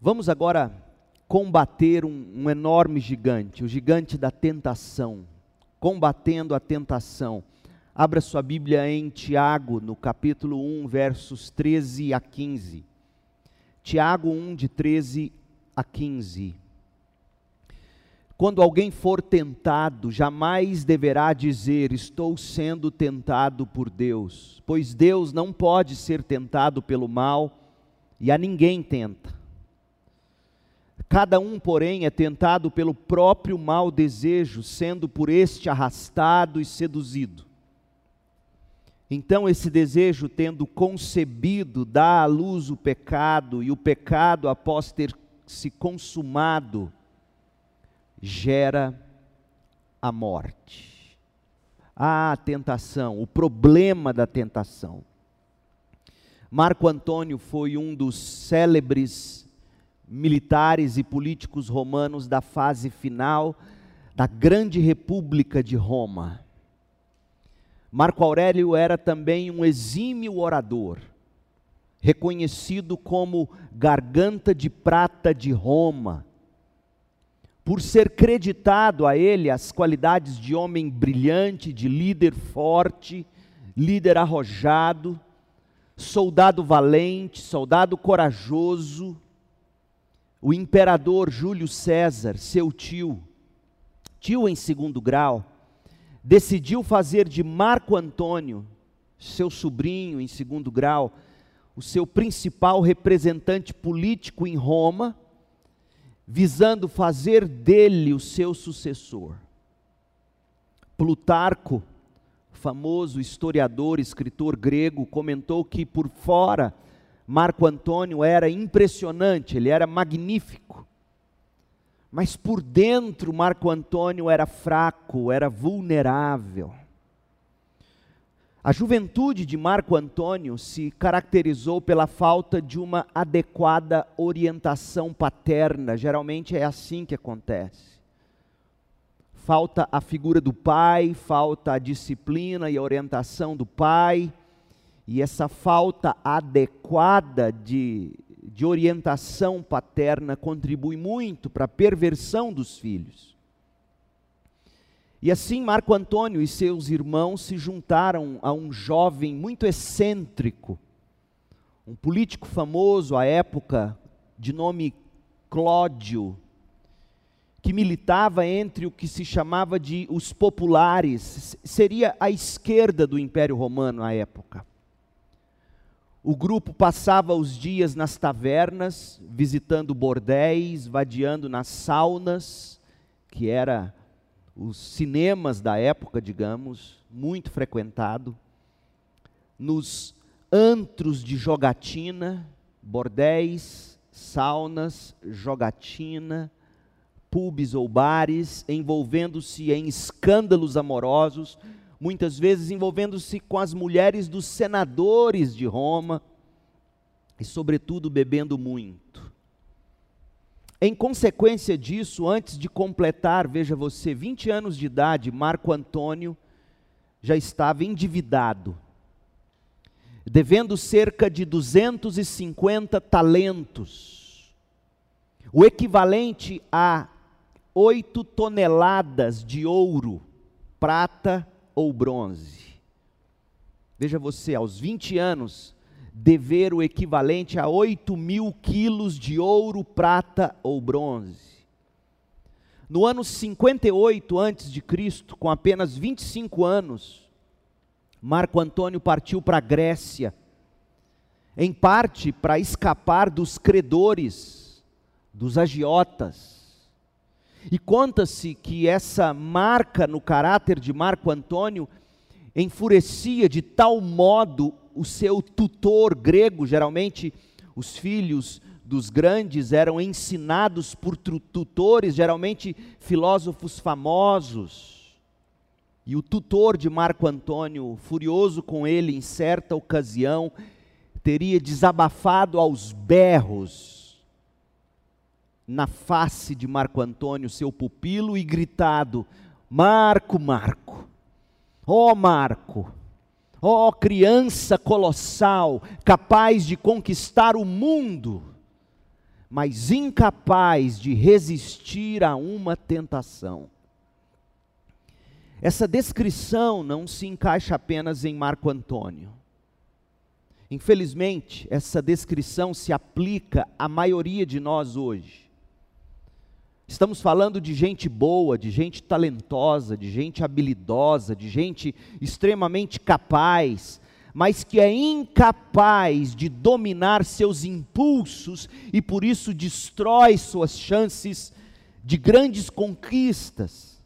Vamos agora combater um enorme gigante, o gigante da tentação. Combatendo a tentação. Abra sua Bíblia em Tiago, no capítulo 1, versos 13 a 15. Tiago 1, de 13 a 15. Quando alguém for tentado, jamais deverá dizer, estou sendo tentado por Deus, pois Deus não pode ser tentado pelo mal, e a ninguém tenta. Cada um, porém, é tentado pelo próprio mau desejo, sendo por este arrastado e seduzido. Então esse desejo, tendo concebido, dá à luz o pecado, e o pecado, após ter se consumado, gera a morte. A tentação, o problema da tentação. Marco Antônio foi um dos célebres militares e políticos romanos da fase final da grande república de Roma. Marco Aurélio era também um exímio orador, reconhecido como garganta de prata de Roma, por ser creditado a ele as qualidades de homem brilhante, de líder forte, líder arrojado, soldado valente, soldado corajoso. O imperador Júlio César, seu tio em segundo grau, decidiu fazer de Marco Antônio, seu sobrinho em segundo grau, o seu principal representante político em Roma, visando fazer dele o seu sucessor. Plutarco, famoso historiador, escritor grego, comentou que por fora Marco Antônio era impressionante, ele era magnífico, mas por dentro Marco Antônio era fraco, era vulnerável. A juventude de Marco Antônio se caracterizou pela falta de uma adequada orientação paterna. Geralmente é assim que acontece. Falta a figura do pai, falta a disciplina e a orientação do pai, e essa falta adequada de orientação paterna contribui muito para a perversão dos filhos. E assim Marco Antônio e seus irmãos se juntaram a um jovem muito excêntrico, um político famoso à época, de nome Clódio, que militava entre o que se chamava de os populares, seria a esquerda do Império Romano à época. O grupo passava os dias nas tavernas, visitando bordéis, vadiando nas saunas, que era os cinemas da época, digamos, muito frequentado, nos antros de jogatina, bordéis, saunas, jogatina, pubs ou bares, envolvendo-se em escândalos amorosos, muitas vezes envolvendo-se com as mulheres dos senadores de Roma, e sobretudo bebendo muito. Em consequência disso, antes de completar, veja você, 20 anos de idade, Marco Antônio já estava endividado, devendo cerca de 250 talentos, o equivalente a 8 toneladas de ouro, prata ou bronze. Veja você, aos 20 anos, dever o equivalente a 8.000 quilos de ouro, prata ou bronze. No ano 58 a.C., com apenas 25 anos, Marco Antônio partiu para a Grécia, em parte para escapar dos credores, dos agiotas. E conta-se que essa marca no caráter de Marco Antônio enfurecia de tal modo o seu tutor grego. Geralmente os filhos dos grandes eram ensinados por tutores, geralmente filósofos famosos. E o tutor de Marco Antônio, furioso com ele em certa ocasião, teria desabafado aos berros na face de Marco Antônio, seu pupilo, e gritado: Marco, Marco, ó Marco, ó criança colossal, capaz de conquistar o mundo, mas incapaz de resistir a uma tentação. Essa descrição não se encaixa apenas em Marco Antônio. Infelizmente, essa descrição se aplica à maioria de nós hoje. Estamos falando de gente boa, de gente talentosa, de gente habilidosa, de gente extremamente capaz, mas que é incapaz de dominar seus impulsos e por isso destrói suas chances de grandes conquistas.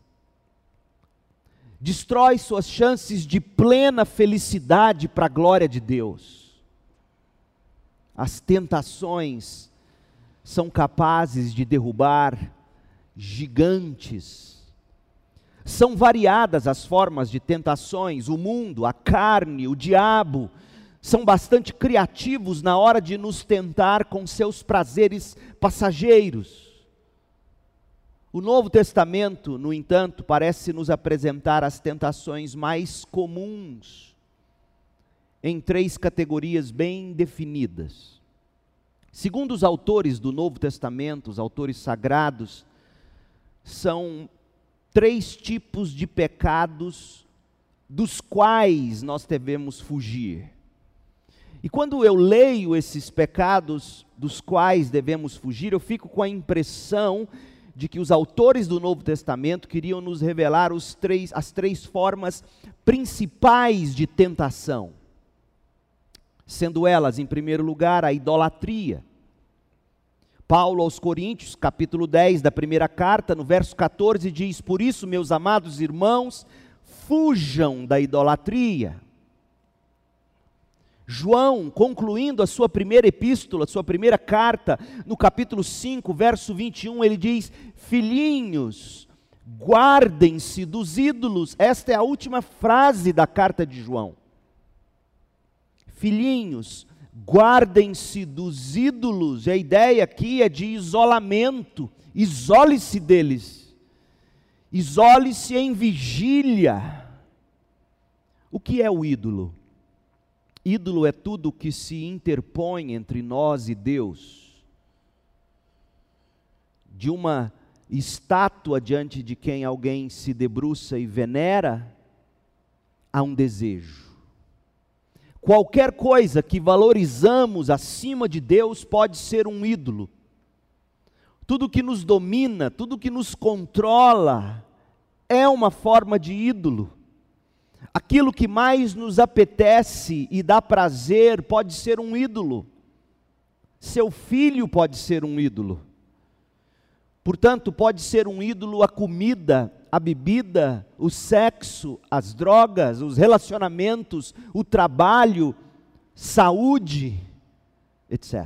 Destrói suas chances de plena felicidade para a glória de Deus. As tentações são capazes de derrubar gigantes. São variadas as formas de tentações, o mundo, a carne, o diabo, são bastante criativos na hora de nos tentar com seus prazeres passageiros. O Novo Testamento, no entanto, parece nos apresentar as tentações mais comuns, em 3 categorias bem definidas. Segundo os autores do Novo Testamento, os autores sagrados, são 3 tipos de pecados dos quais nós devemos fugir. E quando eu leio esses pecados dos quais devemos fugir, eu fico com a impressão de que os autores do Novo Testamento queriam nos revelar as 3 formas principais de tentação. Sendo elas, em primeiro lugar, a idolatria. Paulo aos Coríntios, capítulo 10 da primeira carta, no verso 14, diz: por isso, meus amados irmãos, fujam da idolatria. João, concluindo a sua primeira epístola, sua primeira carta, no capítulo 5, verso 21, ele diz: filhinhos, guardem-se dos ídolos. Esta é a última frase da carta de João. Filhinhos, guardem-se dos ídolos. A ideia aqui é de isolamento. Isole-se deles. Isole-se em vigília. O que é o ídolo? Ídolo é tudo que se interpõe entre nós e Deus. De uma estátua diante de quem alguém se debruça e venera, a um desejo. Qualquer coisa que valorizamos acima de Deus pode ser um ídolo. Tudo que nos domina, tudo que nos controla, é uma forma de ídolo. Aquilo que mais nos apetece e dá prazer pode ser um ídolo. Seu filho pode ser um ídolo. Portanto, pode ser um ídolo a comida, a bebida, o sexo, as drogas, os relacionamentos, o trabalho, saúde, etc.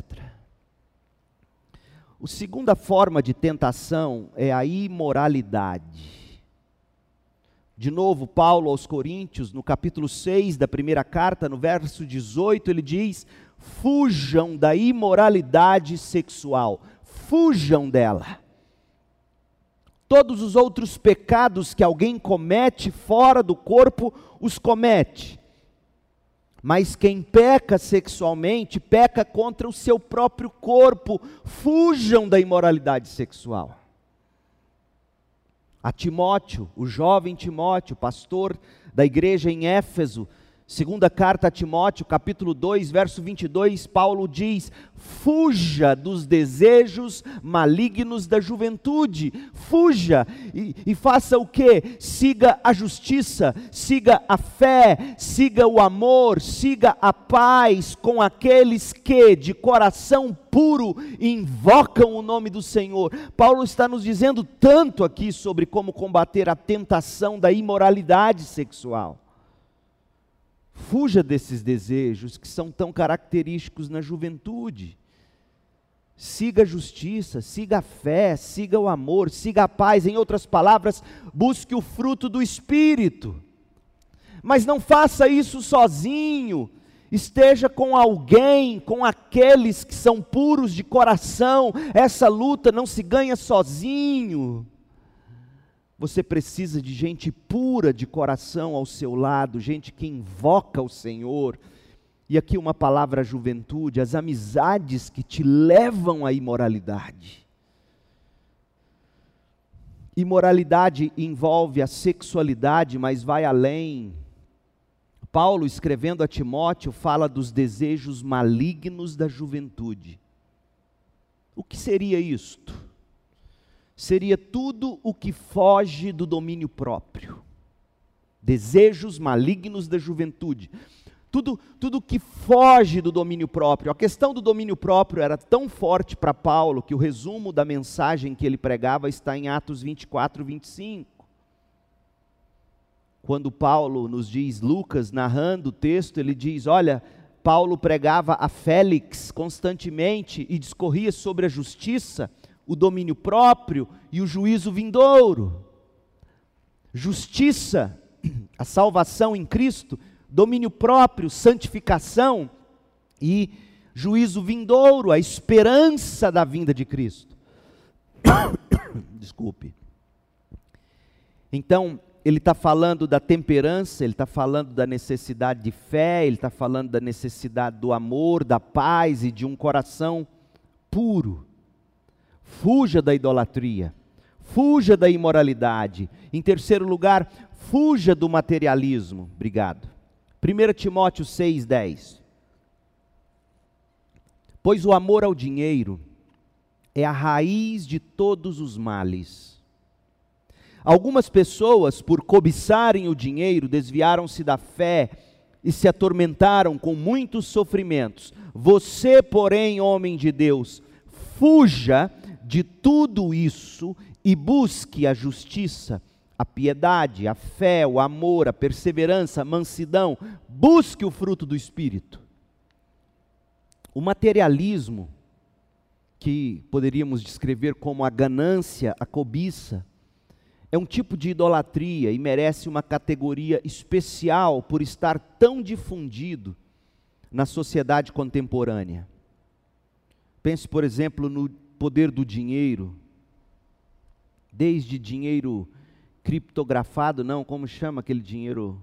A segunda forma de tentação é a imoralidade. De novo, Paulo aos Coríntios, no capítulo 6 da primeira carta, no verso 18, ele diz: fujam da imoralidade sexual, fujam dela. Todos os outros pecados que alguém comete fora do corpo, os comete. Mas quem peca sexualmente, peca contra o seu próprio corpo. Fujam da imoralidade sexual. A Timóteo, o jovem Timóteo, pastor da igreja em Éfeso, segunda carta a Timóteo, capítulo 2, verso 22, Paulo diz: fuja dos desejos malignos da juventude, fuja e faça o quê? Siga a justiça, siga a fé, siga o amor, siga a paz com aqueles que de coração puro invocam o nome do Senhor. Paulo está nos dizendo tanto aqui sobre como combater a tentação da imoralidade sexual. Fuja desses desejos que são tão característicos na juventude. Siga a justiça, siga a fé, siga o amor, siga a paz. Em outras palavras, busque o fruto do Espírito. Mas não faça isso sozinho. Esteja com alguém, com aqueles que são puros de coração. Essa luta não se ganha sozinho. Você precisa de gente pura de coração ao seu lado, gente que invoca o Senhor, E aqui uma palavra juventude, as amizades que te levam à imoralidade. Imoralidade envolve a sexualidade, mas vai além. Paulo, escrevendo a Timóteo, fala dos desejos malignos da juventude. O que seria isto? Seria tudo o que foge do domínio próprio. Desejos malignos da juventude. Tudo que foge do domínio próprio. A questão do domínio próprio era tão forte para Paulo que o resumo da mensagem que ele pregava está em Atos 24, 25. Quando Paulo nos diz, Lucas narrando o texto, ele diz, olha, Paulo pregava a Félix constantemente e discorria sobre a justiça, o domínio próprio e o juízo vindouro. Justiça, a salvação em Cristo, domínio próprio, santificação e juízo vindouro, a esperança da vinda de Cristo. Desculpe. Então, ele está falando da temperança, ele está falando da necessidade de fé, ele está falando da necessidade do amor, da paz e de um coração puro. Fuja da idolatria, fuja da imoralidade. Em terceiro lugar, fuja do materialismo. Obrigado. 1 Timóteo 6,10. Pois o amor ao dinheiro é a raiz de todos os males. Algumas pessoas, por cobiçarem o dinheiro, desviaram-se da fé e se atormentaram com muitos sofrimentos. Você, porém, homem de Deus, fuja de tudo isso e busque a justiça, a piedade, a fé, o amor, a perseverança, a mansidão. Busque o fruto do Espírito. O materialismo, que poderíamos descrever como a ganância, a cobiça, é um tipo de idolatria e merece uma categoria especial por estar tão difundido na sociedade contemporânea. Pense, por exemplo, no poder do dinheiro, desde dinheiro criptografado, não, como chama aquele dinheiro?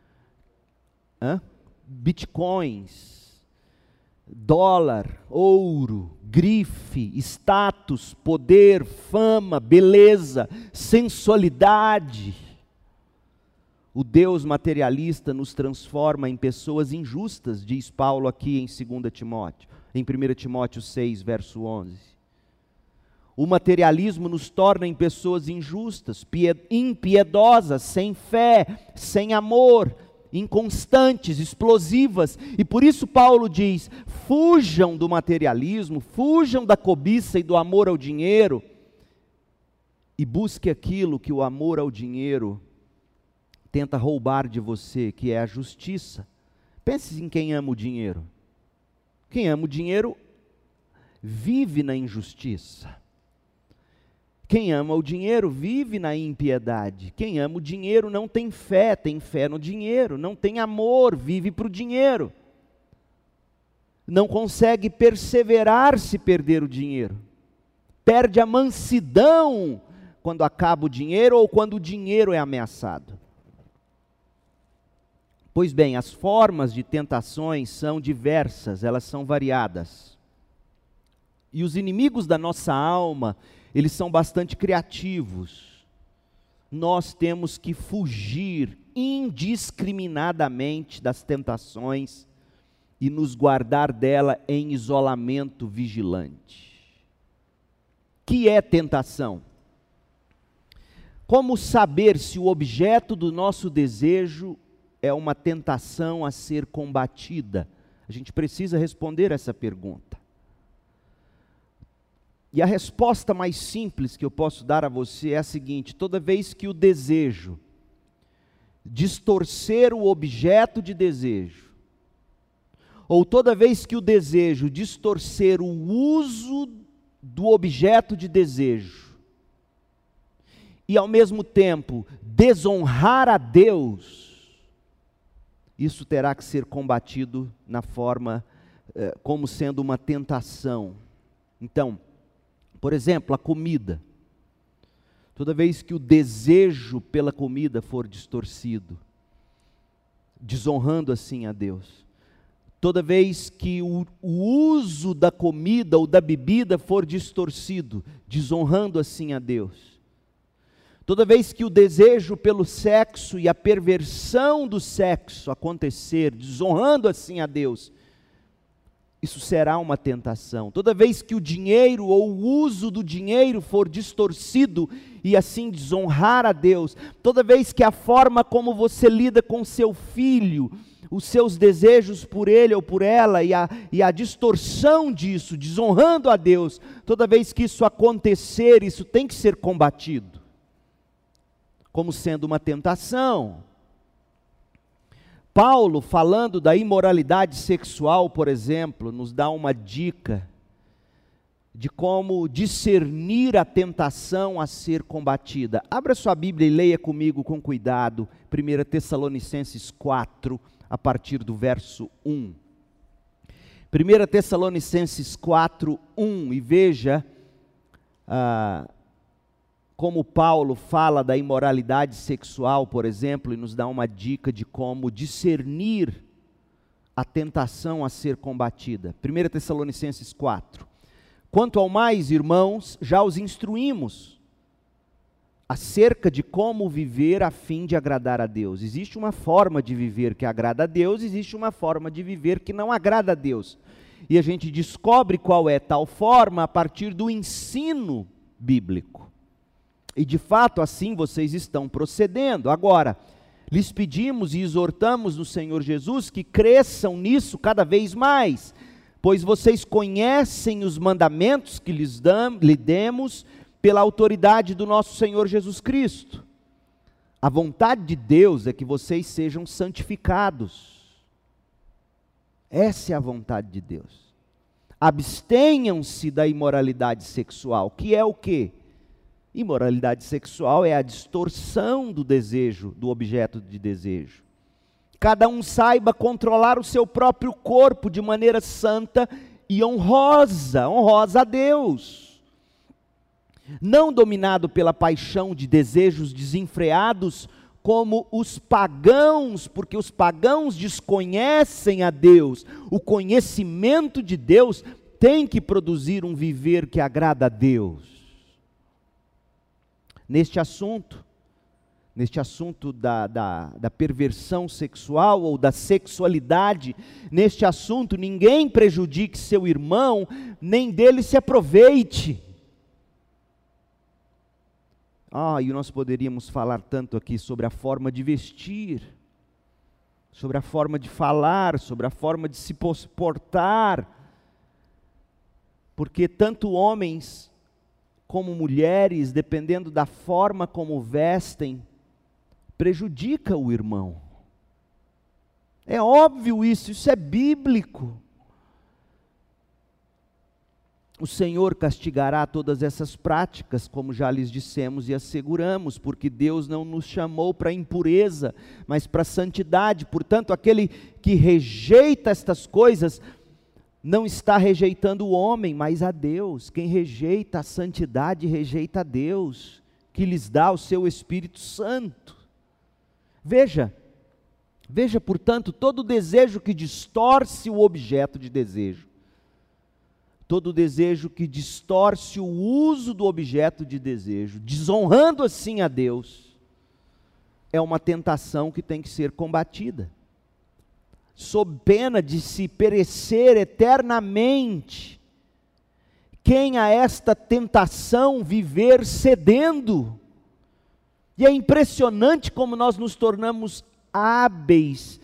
Bitcoins, dólar, ouro, grife, status, poder, fama, beleza, sensualidade. O Deus materialista nos transforma em pessoas injustas, diz Paulo aqui em 2 Timóteo, em 1 Timóteo 6, verso 11. O materialismo nos torna em pessoas injustas, impiedosas, sem fé, sem amor, inconstantes, explosivas, e por isso Paulo diz, fujam do materialismo, fujam da cobiça e do amor ao dinheiro, e busque aquilo que o amor ao dinheiro tenta roubar de você, que é a justiça. Pense em quem ama o dinheiro. Quem ama o dinheiro vive na injustiça. Quem ama o dinheiro vive na impiedade. Quem ama o dinheiro não tem fé no dinheiro. Não tem amor, vive para o dinheiro. Não consegue perseverar se perder o dinheiro. Perde a mansidão quando acaba o dinheiro ou quando o dinheiro é ameaçado. Pois bem, as formas de tentações são diversas, elas são variadas. E os inimigos da nossa alma, eles são bastante criativos. Nós temos que fugir indiscriminadamente das tentações e nos guardar dela em isolamento vigilante. Que é tentação? Como saber se o objeto do nosso desejo é uma tentação a ser combatida? A gente precisa responder essa pergunta. E a resposta mais simples que eu posso dar a você é a seguinte: toda vez que o desejo distorcer o objeto de desejo, ou toda vez que o desejo distorcer o uso do objeto de desejo, e ao mesmo tempo desonrar a Deus, isso terá que ser combatido na forma como sendo uma tentação. Então, por exemplo, a comida. Toda vez que o desejo pela comida for distorcido, desonrando assim a Deus, toda vez que o uso da comida ou da bebida for distorcido, desonrando assim a Deus, toda vez que o desejo pelo sexo e a perversão do sexo acontecer, desonrando assim a Deus, isso será uma tentação. Toda vez que o dinheiro ou o uso do dinheiro for distorcido e assim desonrar a Deus, toda vez que a forma como você lida com seu filho, os seus desejos por ele ou por ela e a distorção disso, desonrando a Deus, toda vez que isso acontecer, isso tem que ser combatido, como sendo uma tentação. Paulo, falando da imoralidade sexual, por exemplo, nos dá uma dica de como discernir a tentação a ser combatida. Abra sua Bíblia e leia comigo com cuidado, 1 Tessalonicenses 4, a partir do verso 1. 1 Tessalonicenses 4, 1, e veja como Paulo fala da imoralidade sexual, por exemplo, e nos dá uma dica de como discernir a tentação a ser combatida. 1 Tessalonicenses 4. Quanto ao mais, irmãos, já os instruímos acerca de como viver a fim de agradar a Deus. Existe uma forma de viver que agrada a Deus, existe uma forma de viver que não agrada a Deus. E a gente descobre qual é tal forma a partir do ensino bíblico. E de fato assim vocês estão procedendo. Agora, lhes pedimos e exortamos no Senhor Jesus que cresçam nisso cada vez mais, pois vocês conhecem os mandamentos que lhe demos pela autoridade do nosso Senhor Jesus Cristo. A vontade de Deus é que vocês sejam santificados. Essa é a vontade de Deus. Abstenham-se da imoralidade sexual, que é o quê? Imoralidade sexual é a distorção do desejo, do objeto de desejo. Cada um saiba controlar o seu próprio corpo de maneira santa e honrosa a Deus. Não dominado pela paixão de desejos desenfreados, como os pagãos, porque os pagãos desconhecem a Deus. O conhecimento de Deus tem que produzir um viver que agrada a Deus. Neste assunto da perversão sexual ou da sexualidade, neste assunto ninguém prejudique seu irmão, nem dele se aproveite. E nós poderíamos falar tanto aqui sobre a forma de vestir, sobre a forma de falar, sobre a forma de se portar, porque tanto homens como mulheres, dependendo da forma como vestem, prejudica o irmão. É óbvio isso é bíblico. O Senhor castigará todas essas práticas, como já lhes dissemos e asseguramos, porque Deus não nos chamou para impureza, mas para santidade. Portanto, aquele que rejeita estas coisas, não está rejeitando o homem, mas a Deus. Quem rejeita a santidade, rejeita a Deus, que lhes dá o seu Espírito Santo. Veja, portanto, todo desejo que distorce o objeto de desejo, todo desejo que distorce o uso do objeto de desejo, desonrando assim a Deus, é uma tentação que tem que ser combatida, sob pena de se perecer eternamente. Quem a esta tentação viver cedendo. E é impressionante como nós nos tornamos hábeis,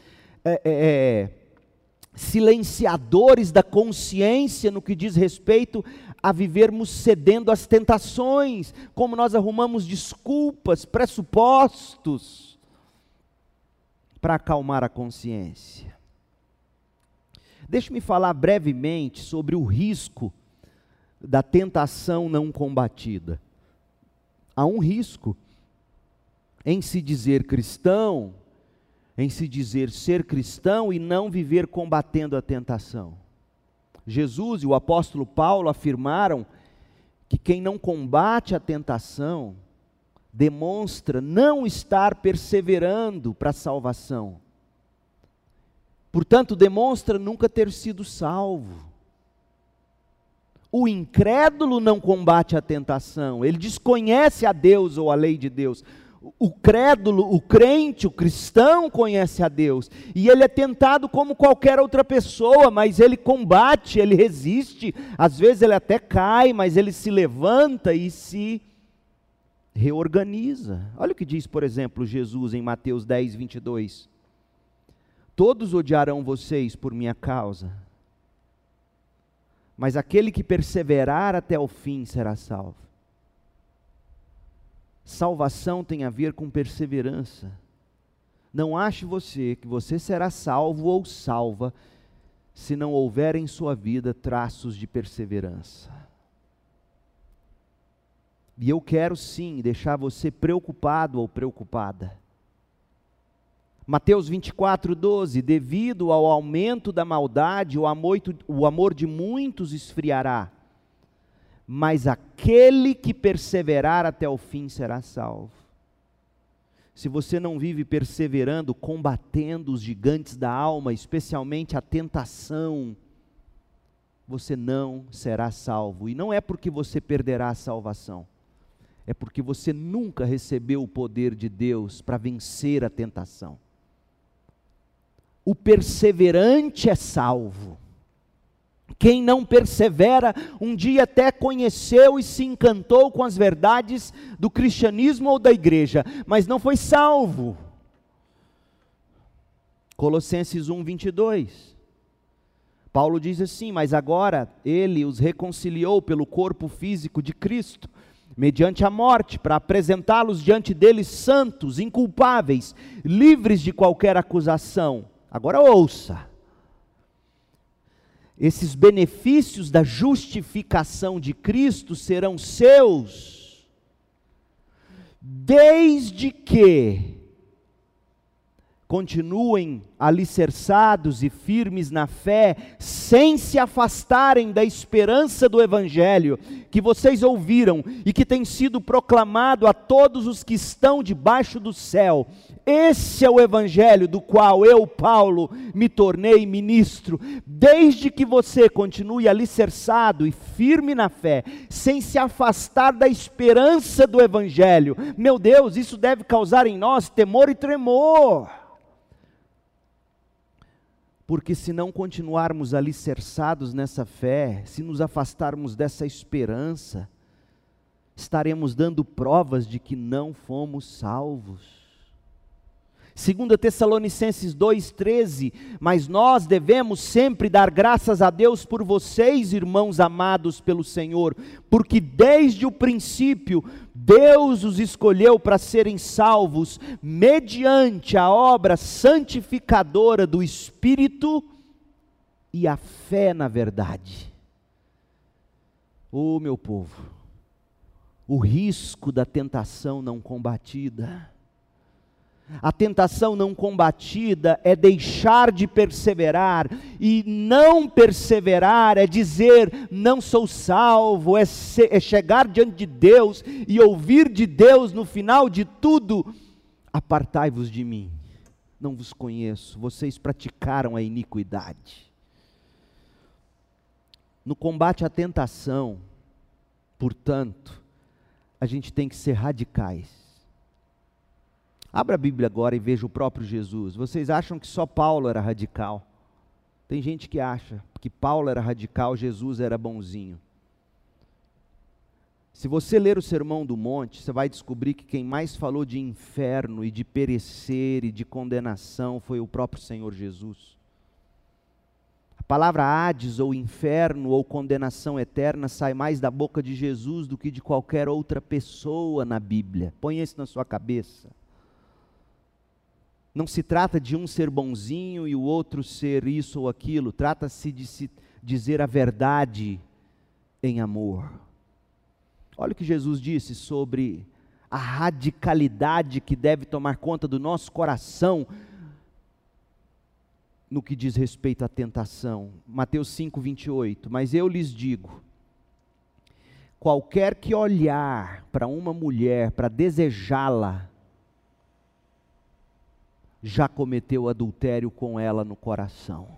silenciadores da consciência no que diz respeito a vivermos cedendo às tentações, como nós arrumamos desculpas, pressupostos para acalmar a consciência. Deixe-me falar brevemente sobre o risco da tentação não combatida. Há um risco em se dizer cristão, em se dizer ser cristão e não viver combatendo a tentação. Jesus e o apóstolo Paulo afirmaram que quem não combate a tentação demonstra não estar perseverando para a salvação. Portanto, demonstra nunca ter sido salvo. O incrédulo não combate a tentação, ele desconhece a Deus ou a lei de Deus. O crédulo, o crente, o cristão conhece a Deus, e ele é tentado como qualquer outra pessoa, mas ele combate, ele resiste, às vezes ele até cai, mas ele se levanta e se reorganiza. Olha o que diz, por exemplo, Jesus em Mateus 10, 22. Todos odiarão vocês por minha causa, mas aquele que perseverar até o fim será salvo. Salvação tem a ver com perseverança. Não ache você que você será salvo ou salva se não houver em sua vida traços de perseverança. E eu quero sim deixar você preocupado ou preocupada. Mateus 24, 12, devido ao aumento da maldade, o amor de muitos esfriará, mas aquele que perseverar até o fim será salvo. Se você não vive perseverando, combatendo os gigantes da alma, especialmente a tentação, você não será salvo. E não é porque você perderá a salvação, é porque você nunca recebeu o poder de Deus para vencer a tentação. O perseverante é salvo. Quem não persevera, um dia até conheceu e se encantou com as verdades do cristianismo ou da igreja, mas não foi salvo. Colossenses 1, 22. Paulo diz assim: mas agora ele os reconciliou pelo corpo físico de Cristo, mediante a morte, para apresentá-los diante dele santos, inculpáveis, livres de qualquer acusação. Agora ouça, esses benefícios da justificação de Cristo serão seus, desde que continuem alicerçados e firmes na fé, sem se afastarem da esperança do Evangelho, que vocês ouviram e que tem sido proclamado a todos os que estão debaixo do céu. Esse é o Evangelho do qual eu, Paulo, me tornei ministro. Desde que você continue alicerçado e firme na fé, sem se afastar da esperança do Evangelho, meu Deus, isso deve causar em nós temor e tremor. Porque se não continuarmos alicerçados nessa fé, se nos afastarmos dessa esperança, estaremos dando provas de que não fomos salvos. 2 Tessalonicenses 2,13, mas nós devemos sempre dar graças a Deus por vocês, irmãos amados pelo Senhor, porque desde o princípio Deus os escolheu para serem salvos, mediante a obra santificadora do Espírito e a fé na verdade. Meu povo, o risco da tentação não combatida. A tentação não combatida é deixar de perseverar, e não perseverar é dizer, não sou salvo, é chegar diante de Deus e ouvir de Deus no final de tudo: apartai-vos de mim, não vos conheço, vocês praticaram a iniquidade. No combate à tentação, portanto, a gente tem que ser radicais. Abra a Bíblia agora e veja o próprio Jesus. Vocês acham que só Paulo era radical? Tem gente que acha que Paulo era radical, Jesus era bonzinho. Se você ler o Sermão do Monte, você vai descobrir que quem mais falou de inferno e de perecer e de condenação foi o próprio Senhor Jesus. A palavra Hades ou inferno ou condenação eterna sai mais da boca de Jesus do que de qualquer outra pessoa na Bíblia. Põe isso na sua cabeça. Não se trata de um ser bonzinho e o outro ser isso ou aquilo, trata-se de se dizer a verdade em amor. Olha o que Jesus disse sobre a radicalidade que deve tomar conta do nosso coração no que diz respeito à tentação. Mateus 5, 28, mas eu lhes digo, qualquer que olhar para uma mulher, para desejá-la, já cometeu adultério com ela no coração.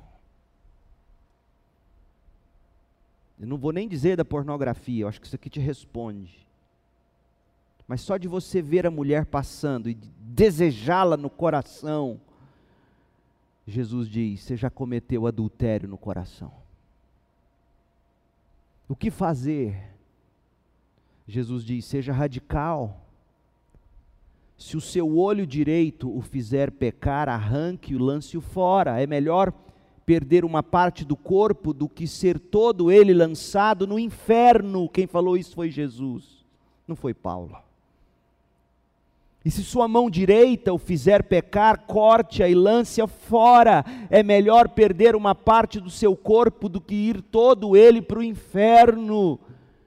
Eu não vou nem dizer da pornografia, eu acho que isso aqui te responde. Mas só de você ver a mulher passando e desejá-la no coração, Jesus diz, você já cometeu adultério no coração. O que fazer? Jesus diz, seja radical. Se o seu olho direito o fizer pecar, arranque-o, lance-o fora. É melhor perder uma parte do corpo do que ser todo ele lançado no inferno. Quem falou isso foi Jesus, não foi Paulo. E se sua mão direita o fizer pecar, corte-a e lance-a fora. É melhor perder uma parte do seu corpo do que ir todo ele para o inferno.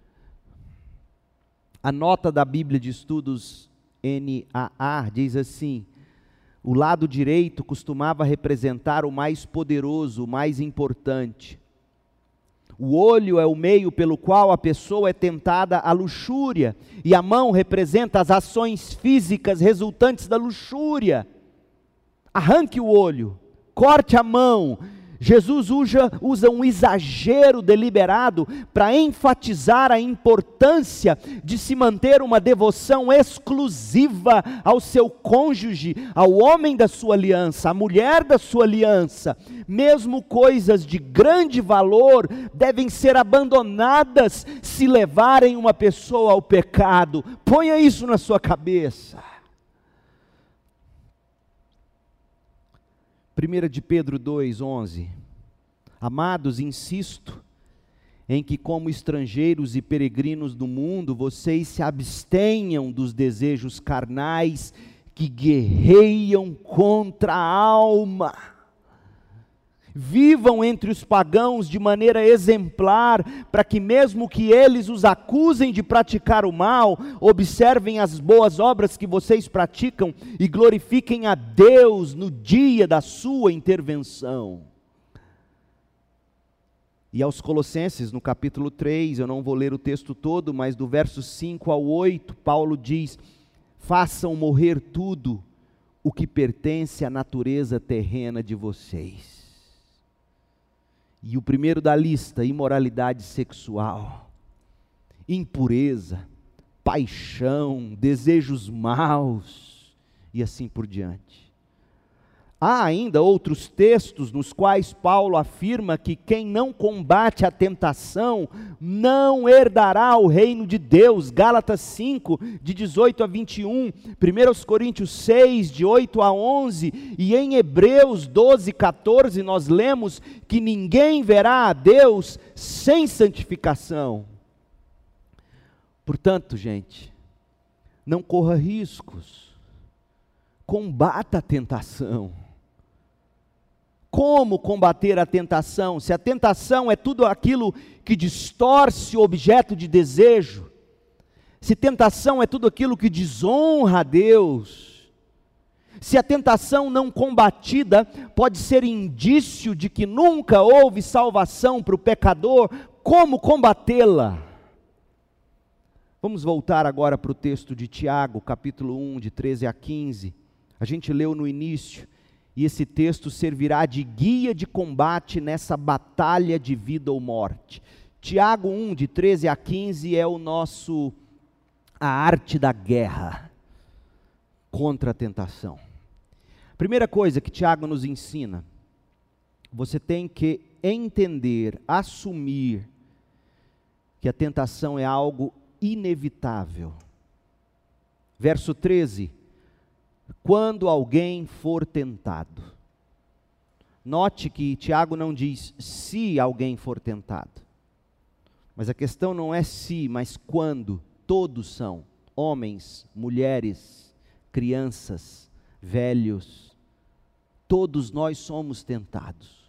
A nota da Bíblia de Estudos NAA diz assim: o lado direito costumava representar o mais poderoso, o mais importante. O olho é o meio pelo qual a pessoa é tentada à luxúria, e a mão representa as ações físicas resultantes da luxúria. Arranque o olho, corte a mão. Jesus usa um exagero deliberado para enfatizar a importância de se manter uma devoção exclusiva ao seu cônjuge, ao homem da sua aliança, à mulher da sua aliança. Mesmo coisas de grande valor devem ser abandonadas se levarem uma pessoa ao pecado. Ponha isso na sua cabeça. 1 de Pedro 2:11, amados, insisto em que como estrangeiros e peregrinos do mundo, vocês se abstenham dos desejos carnais que guerreiam contra a alma. Vivam entre os pagãos de maneira exemplar, para que mesmo que eles os acusem de praticar o mal, observem as boas obras que vocês praticam e glorifiquem a Deus no dia da sua intervenção. E aos Colossenses, no capítulo 3, eu não vou ler o texto todo, mas do verso 5 ao 8, Paulo diz: façam morrer tudo o que pertence à natureza terrena de vocês. E o primeiro da lista, imoralidade sexual, impureza, paixão, desejos maus e assim por diante. Há ainda outros textos nos quais Paulo afirma que quem não combate a tentação não herdará o reino de Deus. Gálatas 5, de 18 a 21, 1 Coríntios 6, de 8 a 11, e em Hebreus 12, 14, nós lemos que ninguém verá a Deus sem santificação. Portanto, gente, não corra riscos, combata a tentação. Como combater a tentação? Se a tentação é tudo aquilo que distorce o objeto de desejo, se tentação é tudo aquilo que desonra a Deus, se a tentação não combatida pode ser indício de que nunca houve salvação para o pecador, como combatê-la? Vamos voltar agora para o texto de Tiago, capítulo 1, de 13 a 15. A gente leu no início. E esse texto servirá de guia de combate nessa batalha de vida ou morte. Tiago 1, de 13 a 15, é a arte da guerra contra a tentação. Primeira coisa que Tiago nos ensina, você tem que entender, assumir que a tentação é algo inevitável. Verso 13, quando alguém for tentado. Note que Tiago não diz se alguém for tentado. Mas a questão não é se, mas quando. Todos são, homens, mulheres, crianças, velhos. Todos nós somos tentados.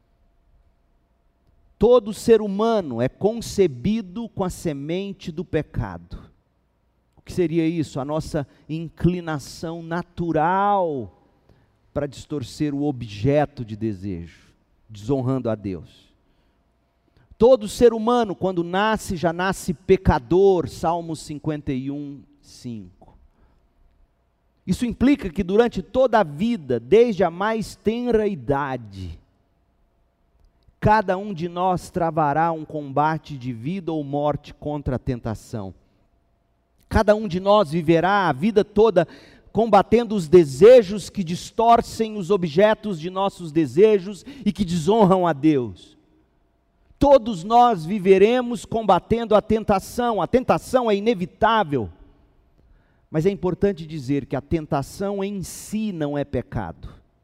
Todo ser humano é concebido com a semente do pecado. O que seria isso? A nossa inclinação natural para distorcer o objeto de desejo, desonrando a Deus. Todo ser humano, quando nasce, já nasce pecador, Salmos 51, 5. Isso implica que durante toda a vida, desde a mais tenra idade, cada um de nós travará um combate de vida ou morte contra a tentação. Cada um de nós viverá a vida toda combatendo os desejos que distorcem os objetos de nossos desejos e que desonram a Deus. Todos nós viveremos combatendo a tentação é inevitável. Mas é importante dizer que a tentação em si não é pecado.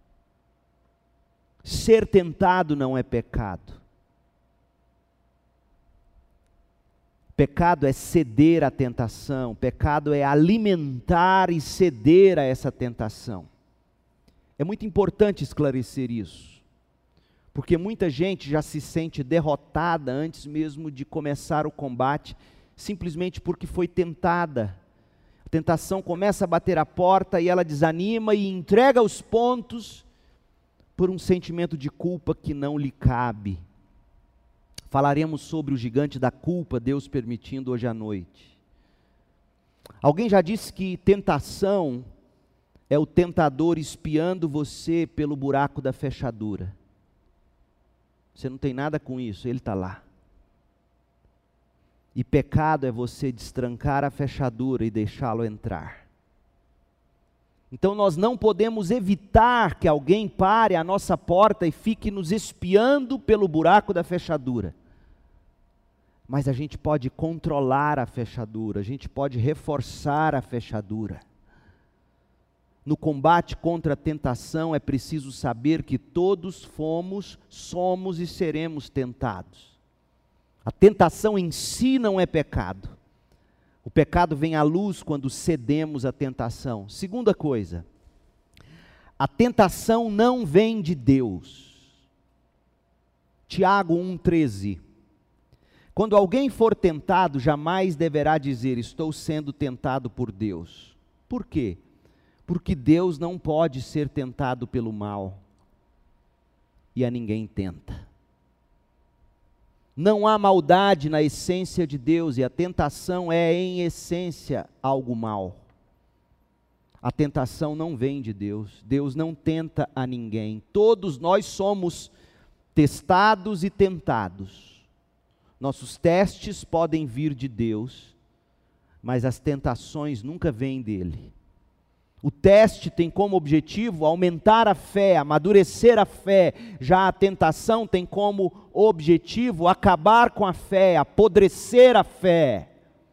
Ser tentado não é pecado. Pecado é ceder à tentação, pecado é alimentar e ceder a essa tentação. É muito importante esclarecer isso, porque muita gente já se sente derrotada antes mesmo de começar o combate, simplesmente porque foi tentada. A tentação começa a bater a porta e ela desanima e entrega os pontos por um sentimento de culpa que não lhe cabe. Falaremos sobre o gigante da culpa, Deus permitindo, hoje à noite. Alguém já disse que tentação é o tentador espiando você pelo buraco da fechadura. Você não tem nada com isso, ele está lá. E pecado é você destrancar a fechadura e deixá-lo entrar. Então nós não podemos evitar que alguém pare à nossa porta e fique nos espiando pelo buraco da fechadura. Mas a gente pode controlar a fechadura, a gente pode reforçar a fechadura. No combate contra a tentação é preciso saber que todos fomos, somos e seremos tentados. A tentação em si não é pecado. O pecado vem à luz quando cedemos à tentação. Segunda coisa, a tentação não vem de Deus. Tiago 1,13. Quando alguém for tentado, jamais deverá dizer, estou sendo tentado por Deus. Por quê? Porque Deus não pode ser tentado pelo mal. E a ninguém tenta. Não há maldade na essência de Deus, e a tentação é, em essência, algo mal. A tentação não vem de Deus, Deus não tenta a ninguém. Todos nós somos testados e tentados. Nossos testes podem vir de Deus, mas as tentações nunca vêm dele. O teste tem como objetivo aumentar a fé, amadurecer a fé. Já a tentação tem como objetivo acabar com a fé, apodrecer a fé.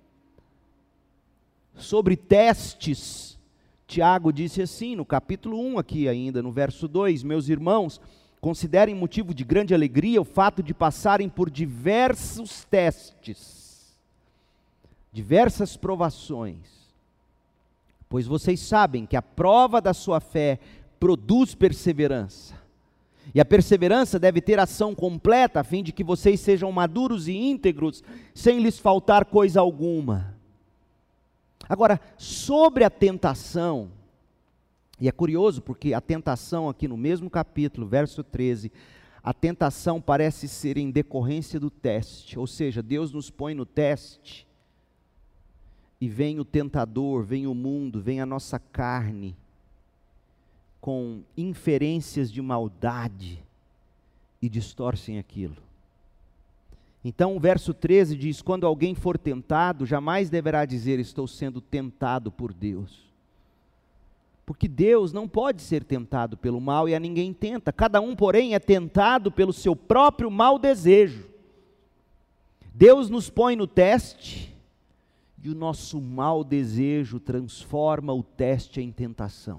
Sobre testes, Tiago disse assim, no capítulo 1 aqui ainda, no verso 2, meus irmãos, considerem motivo de grande alegria o fato de passarem por diversos testes, diversas provações. Pois vocês sabem que a prova da sua fé produz perseverança. E a perseverança deve ter ação completa, a fim de que vocês sejam maduros e íntegros, sem lhes faltar coisa alguma. Agora, sobre a tentação, e é curioso porque a tentação aqui no mesmo capítulo, verso 13, a tentação parece ser em decorrência do teste, ou seja, Deus nos põe no teste, e vem o tentador, vem o mundo, vem a nossa carne, com inferências de maldade, e distorcem aquilo. Então o verso 13 diz, quando alguém for tentado, jamais deverá dizer, estou sendo tentado por Deus. Porque Deus não pode ser tentado pelo mal e a ninguém tenta. Cada um, porém, é tentado pelo seu próprio mau desejo. Deus nos põe no teste, e o nosso mau desejo transforma o teste em tentação.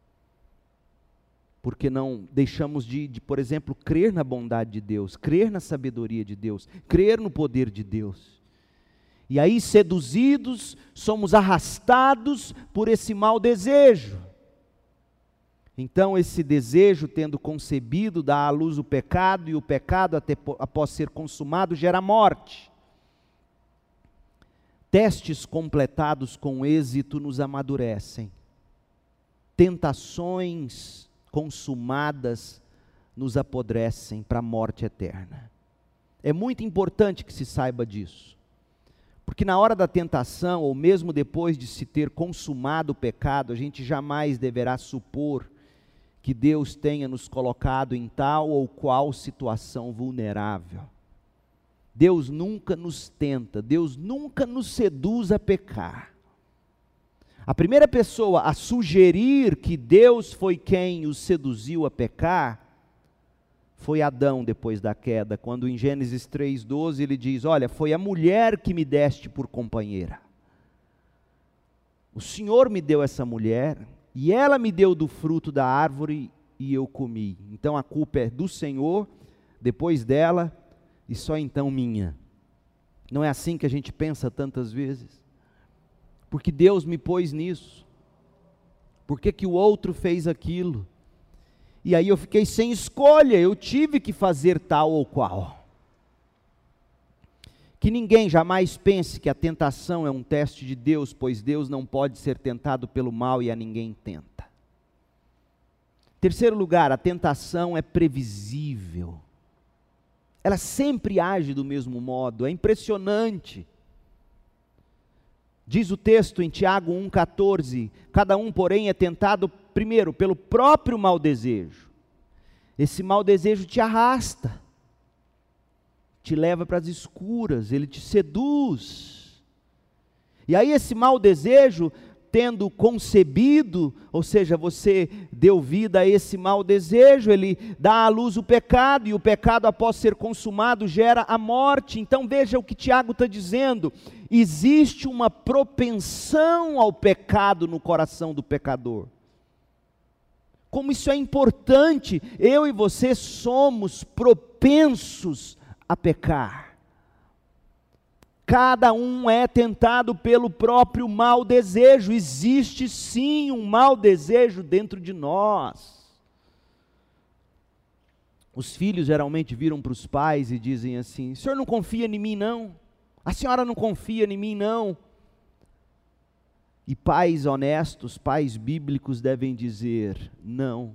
Porque não deixamos de, por exemplo, crer na bondade de Deus, crer na sabedoria de Deus, crer no poder de Deus. E aí, seduzidos, somos arrastados por esse mau desejo. Então, esse desejo, tendo concebido, dá à luz o pecado, e o pecado, após ser consumado, gera morte. Testes completados com êxito nos amadurecem. Tentações consumadas nos apodrecem para a morte eterna. É muito importante que se saiba disso. Porque na hora da tentação, ou mesmo depois de se ter consumado o pecado, a gente jamais deverá supor que Deus tenha nos colocado em tal ou qual situação vulnerável. Deus nunca nos tenta, Deus nunca nos seduz a pecar. A primeira pessoa a sugerir que Deus foi quem os seduziu a pecar, foi Adão depois da queda, quando em Gênesis 3,12 ele diz, olha, foi a mulher que me deste por companheira. O Senhor me deu essa mulher, e ela me deu do fruto da árvore, e eu comi. Então a culpa é do Senhor, depois dela, e só então minha. Não é assim que a gente pensa tantas vezes? Porque Deus me pôs nisso. Por que o outro fez aquilo? E aí eu fiquei sem escolha, eu tive que fazer tal ou qual. Que ninguém jamais pense que a tentação é um teste de Deus, pois Deus não pode ser tentado pelo mal e a ninguém tenta. Terceiro lugar, a tentação é previsível. Ela sempre age do mesmo modo, é impressionante. Diz o texto em Tiago 1,14, cada um, porém, é tentado primeiro pelo próprio mau desejo. Esse mau desejo te arrasta, te leva para as escuras, ele te seduz. E aí esse mau desejo, tendo concebido, ou seja, você deu vida a esse mau desejo, ele dá à luz o pecado, e o pecado após ser consumado gera a morte. Então veja o que Tiago está dizendo, existe uma propensão ao pecado no coração do pecador. Como isso é importante, eu e você somos propensos a pecar. Cada um é tentado pelo próprio mau desejo, existe sim um mau desejo dentro de nós. Os filhos geralmente viram para os pais e dizem assim, o senhor não confia em mim não? A senhora não confia em mim não? E pais honestos, pais bíblicos devem dizer, não.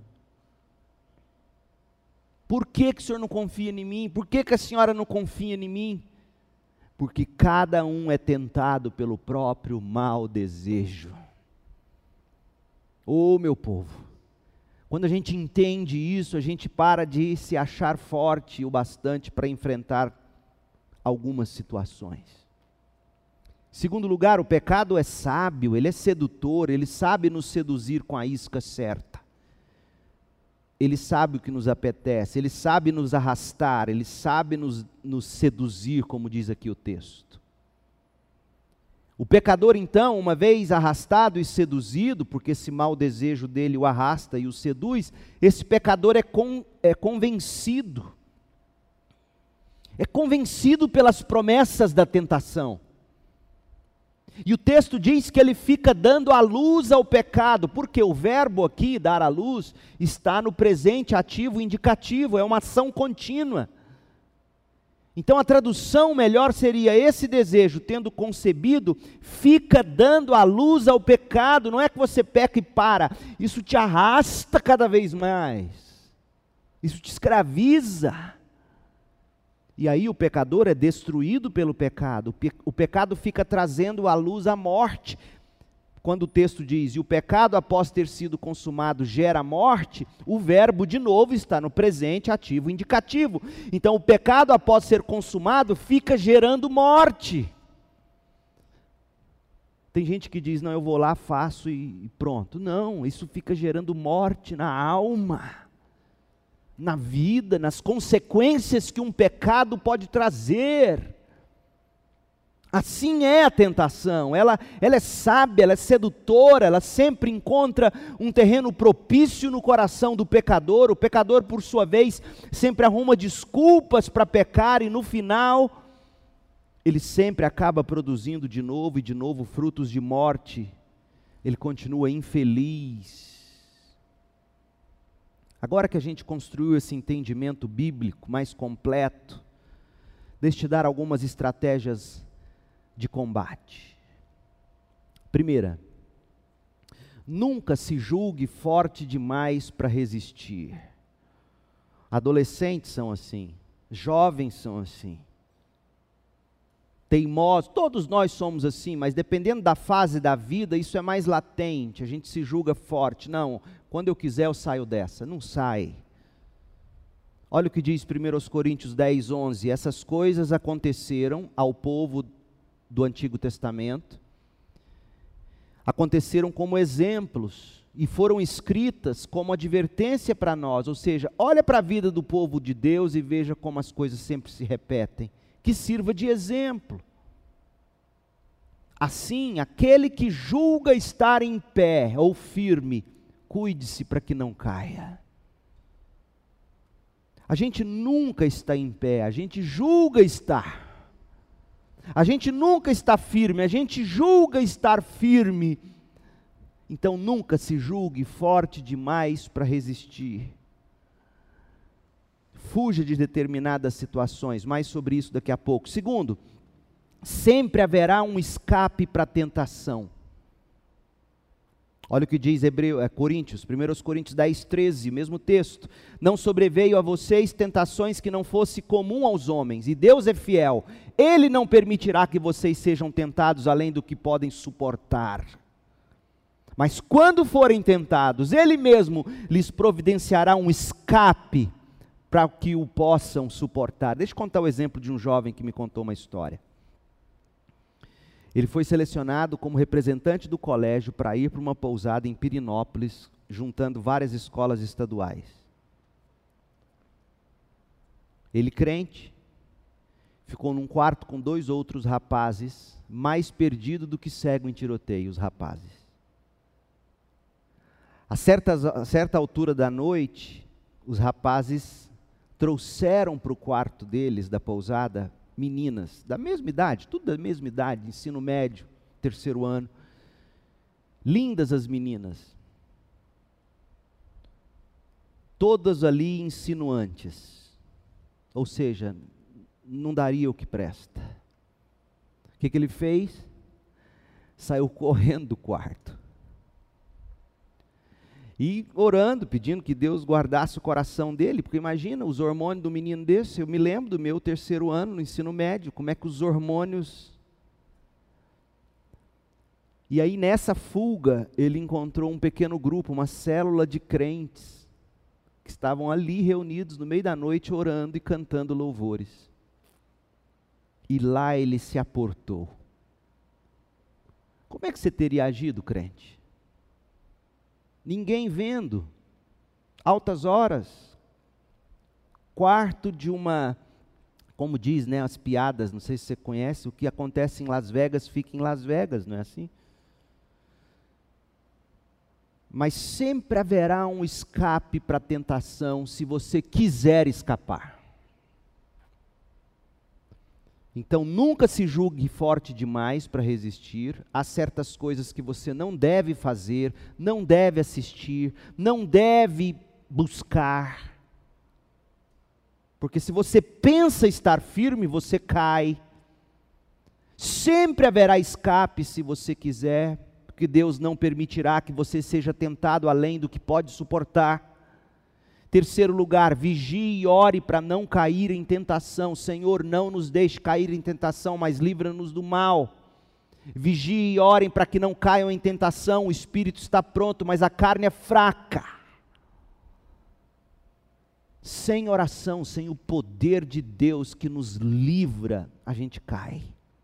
Por que o senhor não confia em mim? Por que a senhora não confia em mim? Porque cada um é tentado pelo próprio mau desejo. Ô meu povo, quando a gente entende isso, a gente para de se achar forte o bastante para enfrentar algumas situações. Segundo lugar, o pecado é sábio, ele é sedutor, ele sabe nos seduzir com a isca certa. Ele sabe o que nos apetece, ele sabe nos arrastar, ele sabe nos seduzir, como diz aqui o texto. O pecador então, uma vez arrastado e seduzido, porque esse mau desejo dele o arrasta e o seduz, esse pecador é convencido. É convencido pelas promessas da tentação. E o texto diz que ele fica dando a luz ao pecado, porque o verbo aqui, dar a luz, está no presente ativo indicativo, é uma ação contínua. Então a tradução melhor seria, esse desejo, tendo concebido, fica dando a luz ao pecado, não é que você peca e para, isso te arrasta cada vez mais, isso te escraviza. E aí o pecador é destruído pelo pecado, o pecado fica trazendo à luz a morte. Quando o texto diz, e o pecado após ter sido consumado gera morte, o verbo de novo está no presente ativo indicativo. Então o pecado após ser consumado fica gerando morte. Tem gente que diz, não, eu vou lá, faço e pronto. Não, isso fica gerando morte na alma, na vida, nas consequências que um pecado pode trazer. Assim é a tentação, ela é sábia, ela é sedutora, ela sempre encontra um terreno propício no coração do pecador. O pecador, por sua vez, sempre arruma desculpas para pecar e no final, ele sempre acaba produzindo de novo e de novo frutos de morte. Ele continua infeliz. Agora que a gente construiu esse entendimento bíblico mais completo, deixa eu te dar algumas estratégias de combate. Primeira, nunca se julgue forte demais para resistir. Adolescentes são assim, jovens são assim. teimosos, todos nós somos assim, mas dependendo da fase da vida, isso é mais latente, a gente se julga forte. Não, quando eu quiser eu saio dessa. Não sai. Olha o que diz 1 Coríntios 10, 11, essas coisas aconteceram ao povo do Antigo Testamento, aconteceram como exemplos, e foram escritas como advertência para nós, ou seja, olha para a vida do povo de Deus e veja como as coisas sempre se repetem, que sirva de exemplo. Assim, aquele que julga estar em pé ou firme, cuide-se para que não caia. A gente nunca está em pé, a gente julga estar. A gente nunca está firme, a gente julga estar firme. Então nunca se julgue forte demais para resistir. Fuja de determinadas situações, mais sobre isso daqui a pouco. Segundo, sempre haverá um escape para a tentação. Olha o que diz Coríntios, 1 Coríntios 10, 13, mesmo texto. Não sobreveio a vocês tentações que não fosse comum aos homens, e Deus é fiel. Ele não permitirá que vocês sejam tentados além do que podem suportar. Mas quando forem tentados, Ele mesmo lhes providenciará um escape para que o possam suportar. Deixa eu contar o exemplo de um jovem que me contou uma história. Ele foi selecionado como representante do colégio para ir para uma pousada em Pirinópolis, juntando várias escolas estaduais. Ele, crente, ficou num quarto com 2 outros rapazes, mais perdido do que cego em tiroteio, os rapazes. A certa altura da noite, os rapazes trouxeram para o quarto deles, da pousada, meninas da mesma idade, tudo da mesma idade, ensino médio, 3º ano. Lindas as meninas. Todas ali insinuantes. Ou seja, não daria o que presta. O que ele fez? Saiu correndo do quarto. E orando, pedindo que Deus guardasse o coração dele, porque imagina os hormônios do menino desse. Eu me lembro do meu 3º ano no ensino médio, como é que os hormônios... E aí nessa fuga, ele encontrou um pequeno grupo, uma célula de crentes, que estavam ali reunidos no meio da noite, orando e cantando louvores. E lá ele se aportou. Como é que você teria agido, crente? Ninguém vendo, altas horas, quarto de uma, como diz, né, as piadas, não sei se você conhece, o que acontece em Las Vegas fica em Las Vegas, não é assim? Mas sempre haverá um escape para a tentação, se você quiser escapar. Então nunca se julgue forte demais para resistir. Há certas coisas que você não deve fazer, não deve assistir, não deve buscar. Porque se você pensa estar firme, você cai. Sempre haverá escape se você quiser, porque Deus não permitirá que você seja tentado além do que pode suportar. 3º lugar, vigie e ore para não cair em tentação. Senhor, não nos deixe cair em tentação, mas livra-nos do mal. Vigie e orem para que não caiam em tentação. O espírito está pronto, mas a carne é fraca. Sem oração, sem o poder de Deus que nos livra, a gente cai.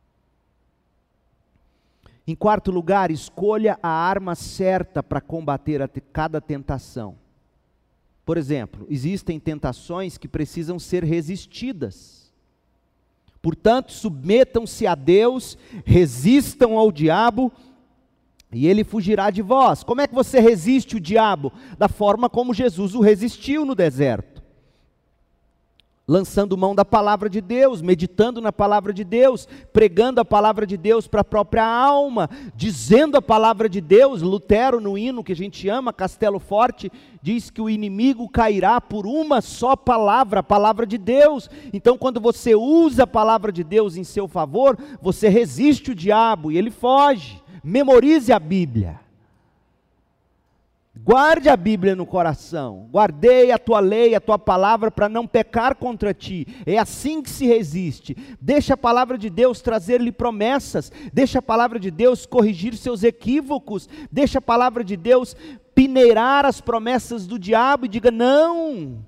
Em 4º lugar, escolha a arma certa para combater cada tentação. Por exemplo, existem tentações que precisam ser resistidas. Portanto, submetam-se a Deus, resistam ao diabo, e ele fugirá de vós. Como é que você resiste o diabo? Da forma como Jesus o resistiu no deserto. Lançando mão da palavra de Deus, meditando na palavra de Deus, pregando a palavra de Deus para a própria alma, dizendo a palavra de Deus. Lutero, no hino que a gente ama, Castelo Forte, diz que o inimigo cairá por uma só palavra, a palavra de Deus. Então quando você usa a palavra de Deus em seu favor, você resiste o diabo e ele foge. Memorize a Bíblia. Guarde a Bíblia no coração. Guardei a tua lei, a tua palavra, para não pecar contra ti. É assim que se resiste. Deixa a palavra de Deus trazer-lhe promessas. Deixa a palavra de Deus corrigir seus equívocos. Deixa a palavra de Deus peneirar as promessas do diabo e diga: não.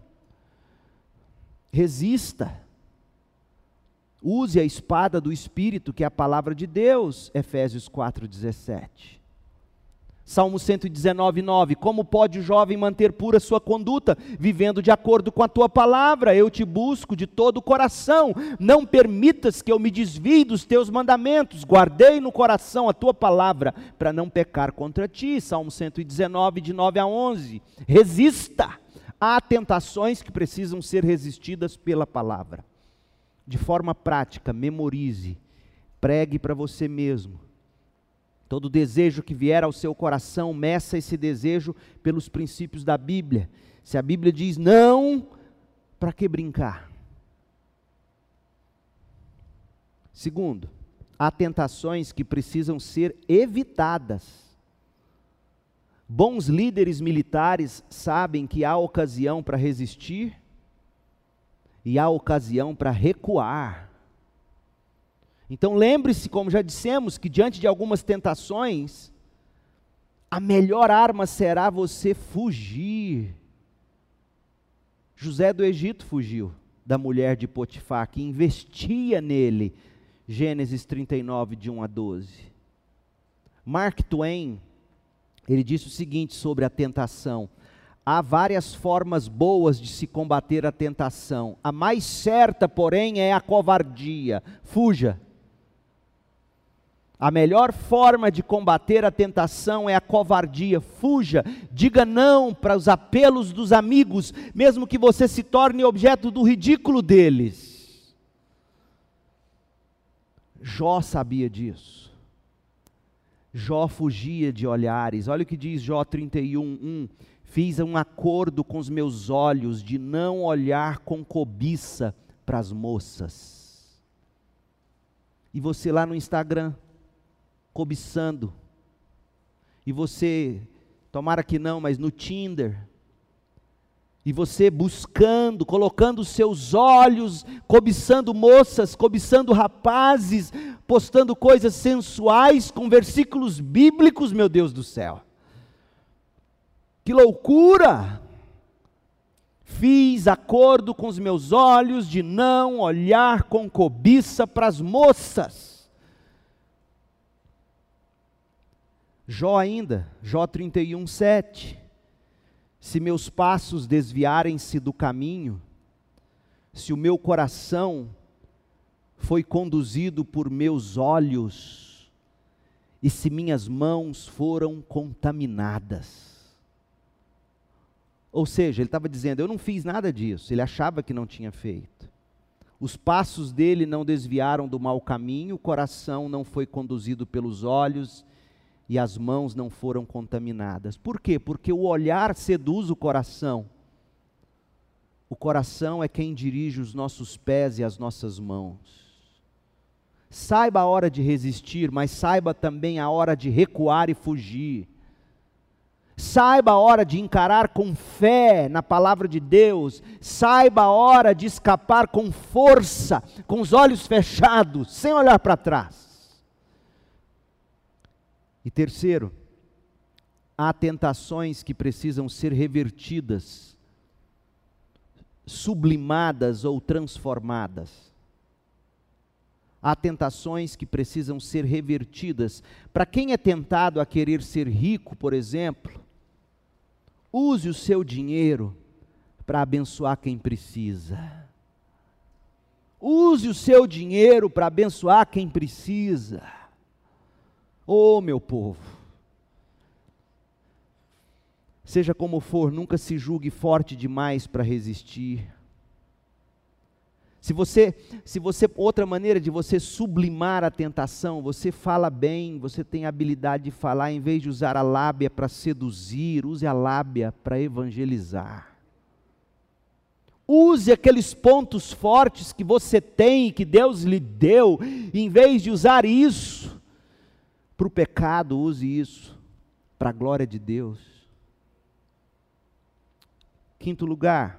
Resista. Use a espada do Espírito, que é a palavra de Deus. Efésios 4:17. Salmo 119:9, como pode o jovem manter pura sua conduta, vivendo de acordo com a tua palavra? Eu te busco de todo o coração, não permitas que eu me desvie dos teus mandamentos, guardei no coração a tua palavra, para não pecar contra ti. Salmo 119, de 9 a 11, resista. Há tentações que precisam ser resistidas pela palavra. De forma prática, memorize, pregue para você mesmo. Todo desejo que vier ao seu coração, meça esse desejo pelos princípios da Bíblia. Se a Bíblia diz não, para que brincar? Segundo, há tentações que precisam ser evitadas. Bons líderes militares sabem que há ocasião para resistir e há ocasião para recuar. Então lembre-se, como já dissemos, que diante de algumas tentações, a melhor arma será você fugir. José do Egito fugiu da mulher de Potifar, que investia nele. Gênesis 39, de 1 a 12. Mark Twain, ele disse o seguinte sobre a tentação: há várias formas boas de se combater a tentação. A mais certa, porém, é a covardia. Fuja. A melhor forma de combater a tentação é a covardia. Fuja, diga não para os apelos dos amigos, mesmo que você se torne objeto do ridículo deles. Jó sabia disso. Jó fugia de olhares. Olha o que diz Jó 31:1. Fiz um acordo com os meus olhos de não olhar com cobiça para as moças. E você lá no Instagram, cobiçando, e você, tomara que não, mas no Tinder, e você buscando, colocando os seus olhos, cobiçando moças, cobiçando rapazes, postando coisas sensuais com versículos bíblicos, meu Deus do céu, que loucura! Fiz acordo com os meus olhos de não olhar com cobiça para as moças. Jó ainda, Jó 31:7, se meus passos desviarem-se do caminho, se o meu coração foi conduzido por meus olhos, e se minhas mãos foram contaminadas. Ou seja, ele estava dizendo, eu não fiz nada disso, ele achava que não tinha feito. Os passos dele não desviaram do mau caminho, o coração não foi conduzido pelos olhos, e as mãos não foram contaminadas. Por quê? Porque o olhar seduz o coração. O coração é quem dirige os nossos pés e as nossas mãos. Saiba a hora de resistir, mas saiba também a hora de recuar e fugir. Saiba a hora de encarar com fé na palavra de Deus. Saiba a hora de escapar com força, com os olhos fechados, sem olhar para trás. E terceiro, há tentações que precisam ser revertidas, sublimadas ou transformadas. Há tentações que precisam ser revertidas. Para quem é tentado a querer ser rico, por exemplo, use o seu dinheiro para abençoar quem precisa. Use o seu dinheiro para abençoar quem precisa. Oh, meu povo, seja como for, nunca se julgue forte demais para resistir. Se você, outra maneira de você sublimar a tentação, você fala bem, você tem a habilidade de falar, em vez de usar a lábia para seduzir, use a lábia para evangelizar. Use aqueles pontos fortes que você tem, que Deus lhe deu, em vez de usar isso para o pecado, use isso para a glória de Deus. Quinto lugar,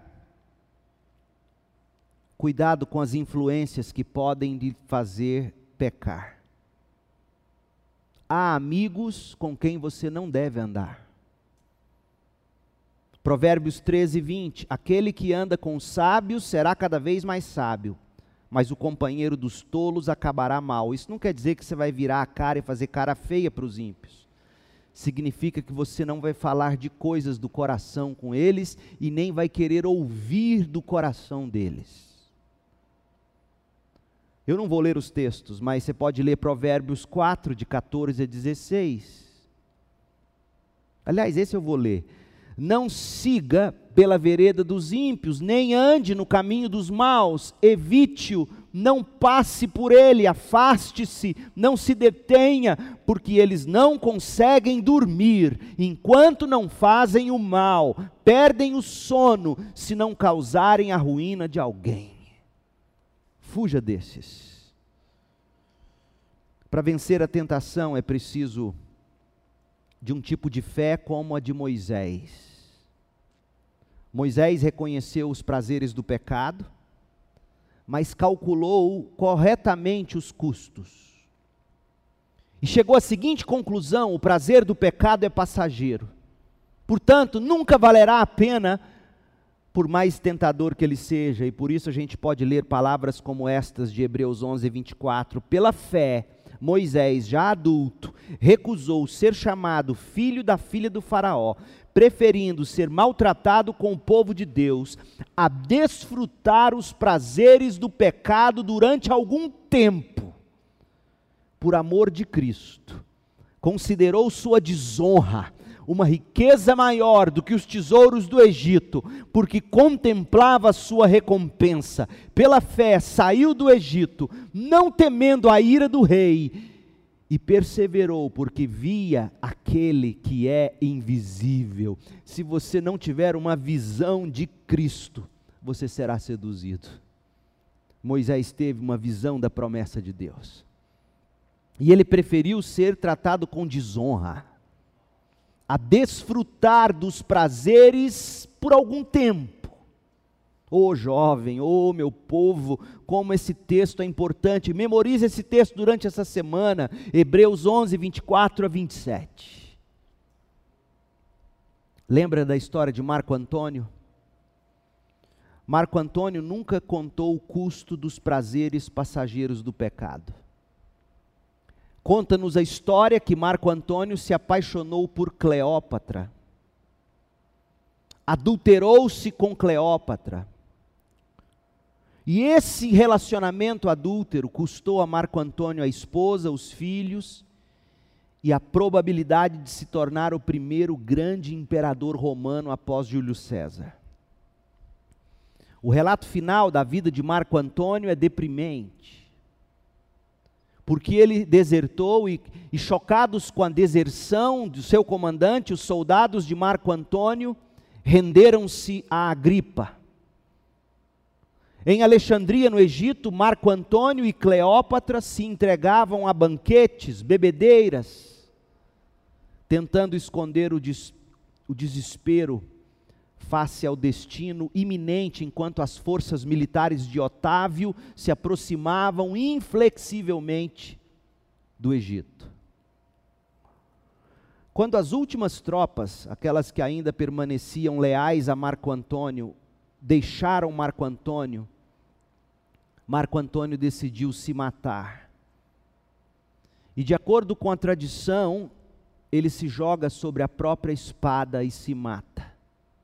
cuidado com as influências que podem lhe fazer pecar. Há amigos com quem você não deve andar. Provérbios 13, 20, aquele que anda com os sábios será cada vez mais sábio, mas o companheiro dos tolos acabará mal. Isso não quer dizer que você vai virar a cara e fazer cara feia para os ímpios. Significa que você não vai falar de coisas do coração com eles e nem vai querer ouvir do coração deles. Eu não vou ler os textos, mas você pode ler Provérbios 4, de 14 a 16. Aliás, esse eu vou ler. Não siga pela vereda dos ímpios, nem ande no caminho dos maus, evite-o, não passe por ele, afaste-se, não se detenha, porque eles não conseguem dormir, enquanto não fazem o mal, perdem o sono, se não causarem a ruína de alguém. Fuja desses. Para vencer a tentação é preciso de um tipo de fé como a de Moisés. Moisés reconheceu os prazeres do pecado, mas calculou corretamente os custos. E chegou à seguinte conclusão: o prazer do pecado é passageiro. Portanto, nunca valerá a pena, por mais tentador que ele seja. E por isso a gente pode ler palavras como estas de Hebreus 11, 24. Pela fé, Moisés, já adulto, recusou ser chamado filho da filha do faraó, preferindo ser maltratado com o povo de Deus, a desfrutar os prazeres do pecado durante algum tempo, por amor de Cristo. Considerou sua desonra uma riqueza maior do que os tesouros do Egito, porque contemplava a sua recompensa. Pela fé saiu do Egito, não temendo a ira do rei, e perseverou, porque via aquele que é invisível. Se você não tiver uma visão de Cristo, você será seduzido. Moisés teve uma visão da promessa de Deus, e ele preferiu ser tratado com desonra, a desfrutar dos prazeres por algum tempo. Jovem, meu povo, como esse texto é importante. Memorize esse texto durante essa semana, Hebreus 11, 24 a 27. Lembra da história de Marco Antônio? Marco Antônio nunca contou o custo dos prazeres passageiros do pecado. Conta-nos a história que Marco Antônio se apaixonou por Cleópatra, adulterou-se com Cleópatra, e esse relacionamento adúltero custou a Marco Antônio a esposa, os filhos, e a probabilidade de se tornar o primeiro grande imperador romano após Júlio César. O relato final da vida de Marco Antônio é deprimente, porque ele desertou e chocados com a deserção do seu comandante, os soldados de Marco Antônio renderam-se a Agripa. Em Alexandria, no Egito, Marco Antônio e Cleópatra se entregavam a banquetes, bebedeiras, tentando esconder o desespero face ao destino iminente, enquanto as forças militares de Otávio se aproximavam inflexivelmente do Egito. Quando as últimas tropas, aquelas que ainda permaneciam leais a Marco Antônio, deixaram Marco Antônio decidiu se matar. E de acordo com a tradição, ele se joga sobre a própria espada e se mata.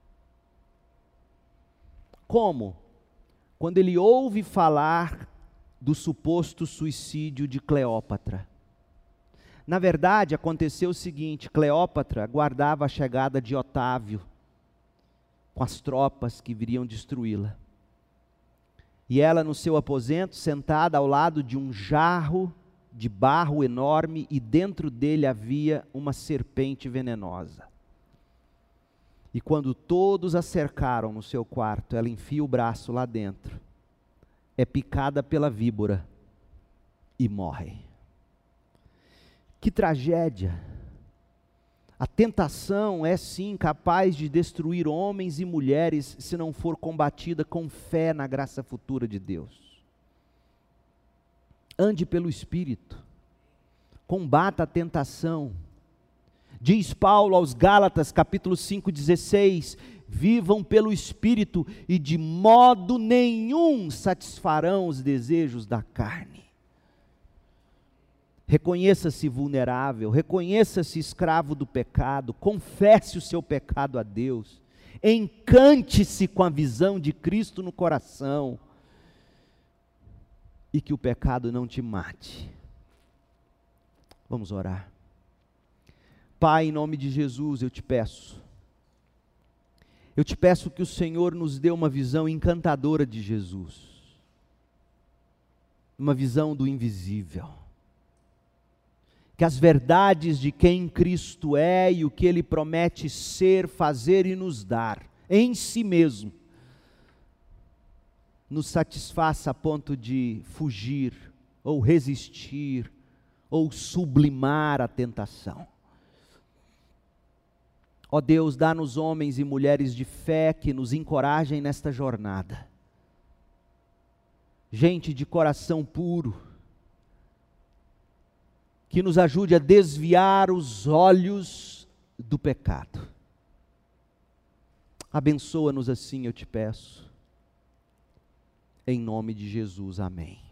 Como? Quando ele ouve falar do suposto suicídio de Cleópatra. Na verdade, aconteceu o seguinte: Cleópatra guardava a chegada de Otávio com as tropas que viriam destruí-la. E ela no seu aposento, sentada ao lado de um jarro de barro enorme, e dentro dele havia uma serpente venenosa. E quando todos a cercaram no seu quarto, ela enfia o braço lá dentro, é picada pela víbora e morre. Que tragédia! A tentação é sim capaz de destruir homens e mulheres se não for combatida com fé na graça futura de Deus. Ande pelo Espírito, combata a tentação. Diz Paulo aos Gálatas, capítulo 5,16, vivam pelo Espírito e de modo nenhum satisfarão os desejos da carne. Reconheça-se vulnerável, reconheça-se escravo do pecado, confesse o seu pecado a Deus, encante-se com a visão de Cristo no coração, e que o pecado não te mate. Vamos orar. Pai, em nome de Jesus, eu te peço que o Senhor nos dê uma visão encantadora de Jesus, uma visão do invisível, que as verdades de quem Cristo é e o que Ele promete ser, fazer e nos dar, em si mesmo, nos satisfaça a ponto de fugir, ou resistir, ou sublimar a tentação. Ó Deus, dá-nos homens e mulheres de fé que nos encorajem nesta jornada. Gente de coração puro, que nos ajude a desviar os olhos do pecado. Abençoa-nos assim, eu te peço. Em nome de Jesus, amém.